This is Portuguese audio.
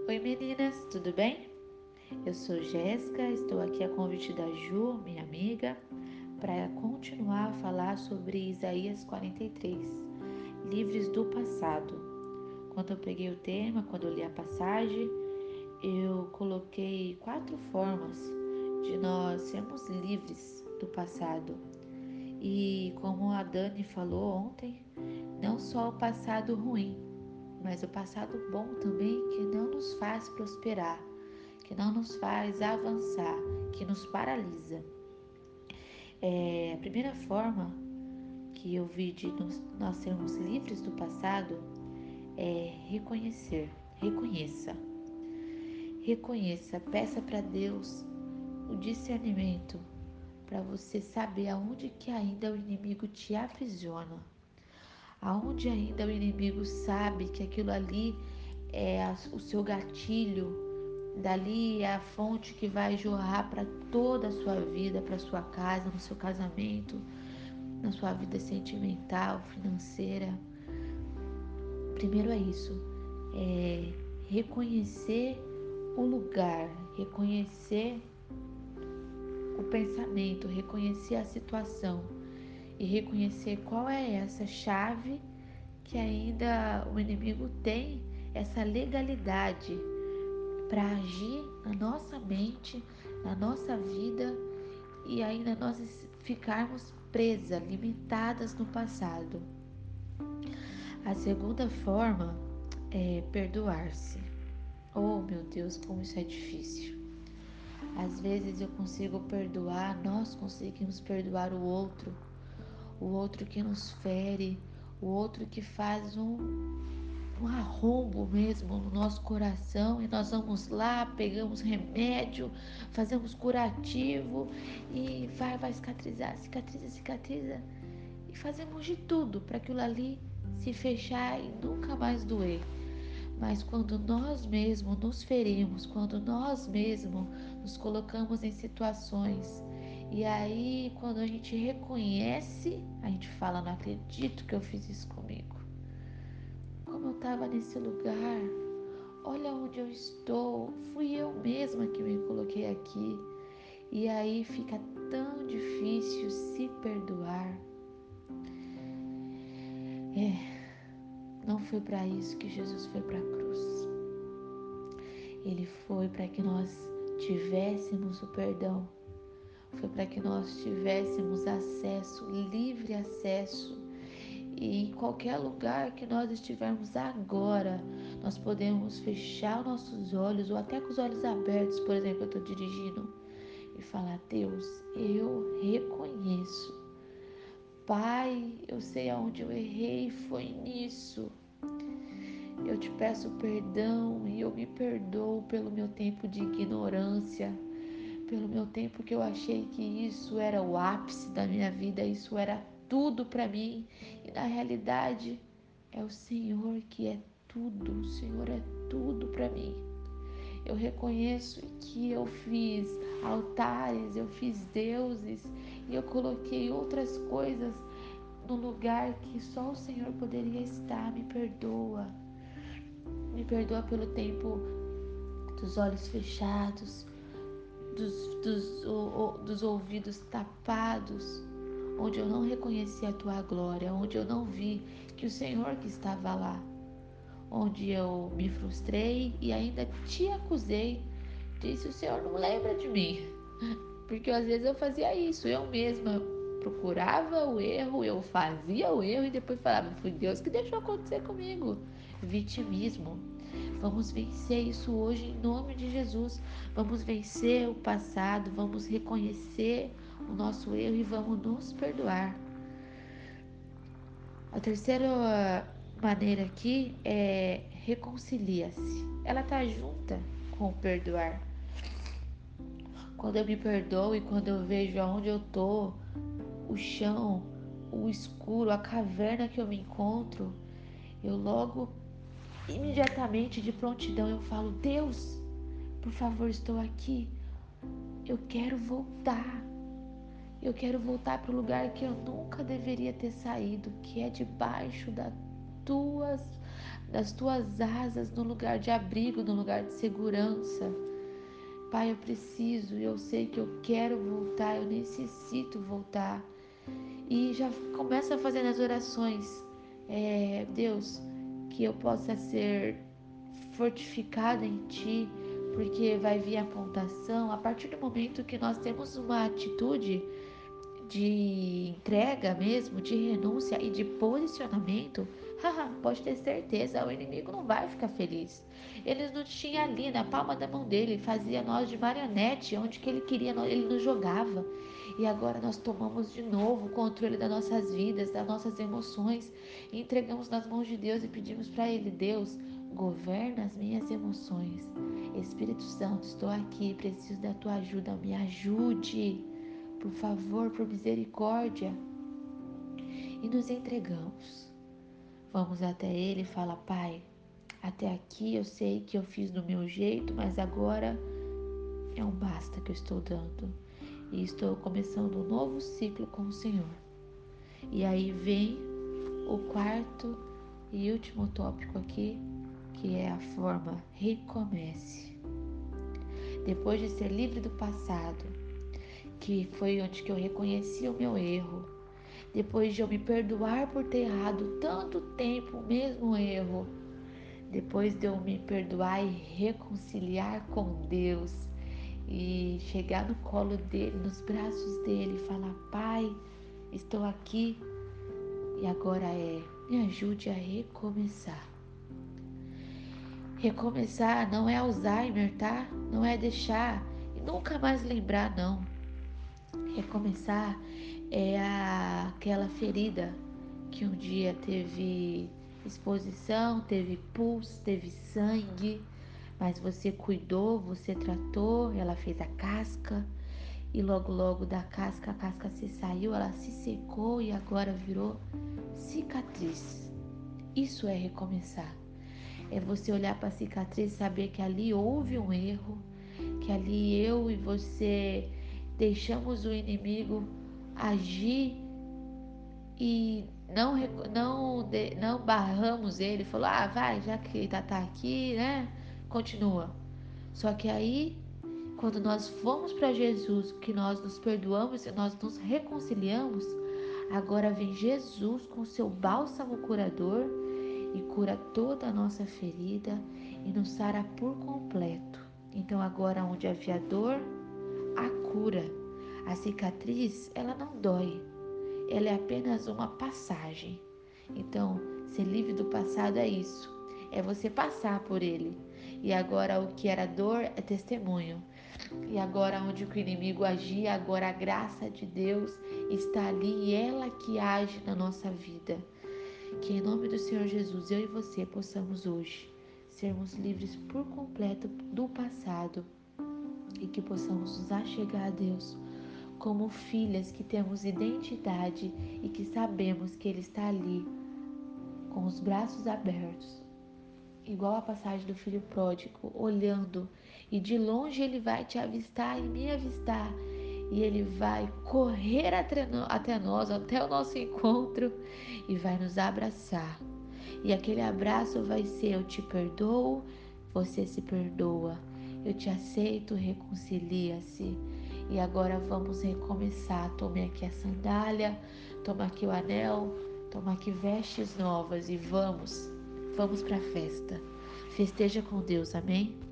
Oi meninas, tudo bem? Eu sou Jéssica, estou aqui a convite da Ju, minha amiga, para continuar a falar sobre Isaías 43, livres do passado. Quando eu peguei o tema, quando eu li a passagem, eu coloquei 4 formas de nós sermos livres do passado. E como a Dani falou ontem, não só o passado ruim, mas o passado bom também que não nos faz prosperar, que não nos faz avançar, que nos paralisa. A primeira forma que eu vi de nós sermos livres do passado é reconhecer. Reconheça, peça para Deus o discernimento para você saber aonde que ainda o inimigo te aprisiona, aonde ainda o inimigo sabe que aquilo ali é o seu gatilho, dali é a fonte que vai jorrar para toda a sua vida, para sua casa, no seu casamento, na sua vida sentimental, financeira. Primeiro é isso, é reconhecer o lugar, reconhecer o pensamento, reconhecer a situação e reconhecer qual é essa chave que ainda o inimigo tem, essa legalidade para agir na nossa mente, na nossa vida e ainda nós ficarmos presas, limitadas no passado. A segunda forma é perdoar-se. Oh meu Deus, como isso é difícil. Às vezes eu consigo perdoar, nós conseguimos perdoar o outro que nos fere, o outro que faz um arrombo mesmo no nosso coração, e nós vamos lá, pegamos remédio, fazemos curativo e vai cicatriza e fazemos de tudo para aquilo ali se fechar e nunca mais doer. Mas quando nós mesmos nos ferimos, quando nós mesmos nos colocamos em situações, e aí quando a gente reconhece, a gente fala, não acredito que eu fiz isso comigo. Como eu estava nesse lugar, olha onde eu estou, fui eu mesma que me coloquei aqui. E aí fica tão difícil se perdoar. Não foi para isso que Jesus foi para a cruz. Ele foi para que nós tivéssemos o perdão. Foi para que nós tivéssemos acesso, livre acesso. E em qualquer lugar que nós estivermos agora, nós podemos fechar nossos olhos ou até com os olhos abertos, por exemplo, eu estou dirigindo, e falar: Deus, eu reconheço. Pai, eu sei aonde eu errei, foi nisso. Eu te peço perdão e eu me perdoo pelo meu tempo de ignorância, pelo meu tempo que eu achei que isso era o ápice da minha vida, isso era tudo para mim, e na realidade é o Senhor que é tudo, o Senhor é tudo para mim. Eu reconheço que eu fiz altares, eu fiz deuses e eu coloquei outras coisas no lugar que só o Senhor poderia estar. Me perdoa pelo tempo dos olhos fechados, dos ouvidos tapados, onde eu não reconheci a tua glória, onde eu não vi que o Senhor que estava lá, onde eu me frustrei e ainda te acusei, disse: o Senhor não lembra de mim, porque às vezes eu fazia isso, eu mesma procurava o erro, eu fazia o erro e depois falava: foi Deus que deixou acontecer comigo. Vitimismo. Vamos vencer isso hoje em nome de Jesus. Vamos vencer o passado, vamos reconhecer o nosso erro e vamos nos perdoar. A terceira maneira aqui é reconcilia-se. Ela tá junta com o perdoar. Quando eu me perdoo e quando eu vejo aonde eu tô, o chão, o escuro, a caverna que eu me encontro, eu logo, imediatamente, de prontidão, eu falo: Deus, por favor, estou aqui. Eu quero voltar. Eu quero voltar para o lugar que eu nunca deveria ter saído, que é debaixo das tuas asas, no lugar de abrigo, no lugar de segurança. Pai, eu preciso, eu sei que eu quero voltar, eu necessito voltar. E já começa a fazer nas orações, Deus, que eu possa ser fortificada em Ti, porque vai vir a pontação. A partir do momento que nós temos uma atitude de entrega mesmo, de renúncia e de posicionamento, pode ter certeza, o inimigo não vai ficar feliz. Ele nos tinha ali na palma da mão dele, fazia nós de marionete, onde que ele queria, ele nos jogava. E agora nós tomamos de novo o controle das nossas vidas, das nossas emoções, e entregamos nas mãos de Deus e pedimos para Ele: Deus, governa as minhas emoções. Espírito Santo, estou aqui, preciso da tua ajuda, me ajude, por favor, por misericórdia. E nos entregamos. Vamos até Ele e fala: Pai, até aqui eu sei que eu fiz do meu jeito, mas agora é um basta que eu estou dando. E estou começando um novo ciclo com o Senhor. E aí vem o quarto e último tópico aqui, que é a forma: recomece. Depois de ser livre do passado, que foi onde que eu reconheci o meu erro, depois de eu me perdoar por ter errado tanto tempo o mesmo erro, depois de eu me perdoar e reconciliar com Deus e chegar no colo dele, nos braços dele e falar: Pai, estou aqui e agora me ajude a recomeçar. Recomeçar não é Alzheimer, tá? Não é deixar e nunca mais lembrar, não. Recomeçar é aquela ferida que um dia teve exposição, teve pus, teve sangue, mas você cuidou, você tratou, ela fez a casca e logo logo da casca, a casca se saiu, ela se secou e agora virou cicatriz. Isso é recomeçar. É você olhar para a cicatriz e saber que ali houve um erro, que ali eu e você deixamos o inimigo agir e não barramos ele, falou: vai, já que tá aqui, né? Continua. Só que aí, quando nós fomos para Jesus, que nós nos perdoamos e nós nos reconciliamos, agora vem Jesus com seu bálsamo curador e cura toda a nossa ferida e nos sara por completo. Então agora onde havia dor, há cura. A cicatriz, ela não dói, ela é apenas uma passagem. Então, ser livre do passado é isso, é você passar por ele. E agora o que era dor é testemunho. E agora onde o inimigo agia, agora a graça de Deus está ali e ela que age na nossa vida. Que em nome do Senhor Jesus, eu e você possamos hoje sermos livres por completo do passado e que possamos nos achegar a Deus como filhas que temos identidade e que sabemos que Ele está ali com os braços abertos, igual a passagem do filho pródigo, olhando, e de longe Ele vai te avistar e me avistar, e Ele vai correr até nós, até o nosso encontro, e vai nos abraçar. E aquele abraço vai ser: eu te perdoo, você se perdoa, eu te aceito, reconcilia-se. E agora vamos recomeçar. Tome aqui a sandália, toma aqui o anel, toma aqui vestes novas e vamos para a festa. Festeja com Deus, amém?